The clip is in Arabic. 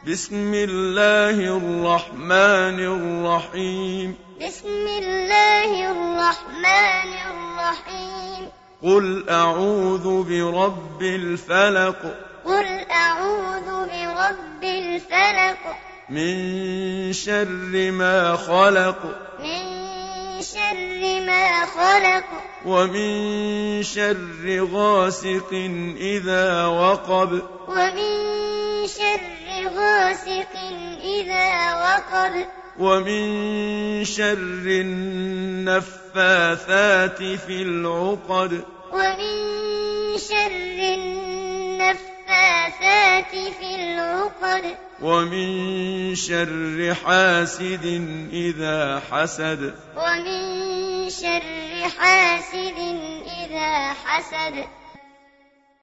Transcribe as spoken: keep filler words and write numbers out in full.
بسم الله الرحمن الرحيم بسم الله الرحمن الرحيم قل أعوذ برب الفلق قل أعوذ برب الفلق من شر ما خلق من شر ما خلق ومن شر غاسق إذا وقب ومن شر غاسق إذا وقب ومن شر النفاثات في العقد ومن شر النفاثات في العقد ومن شر حاسد إذا حسد ومن شر حاسد إذا حسد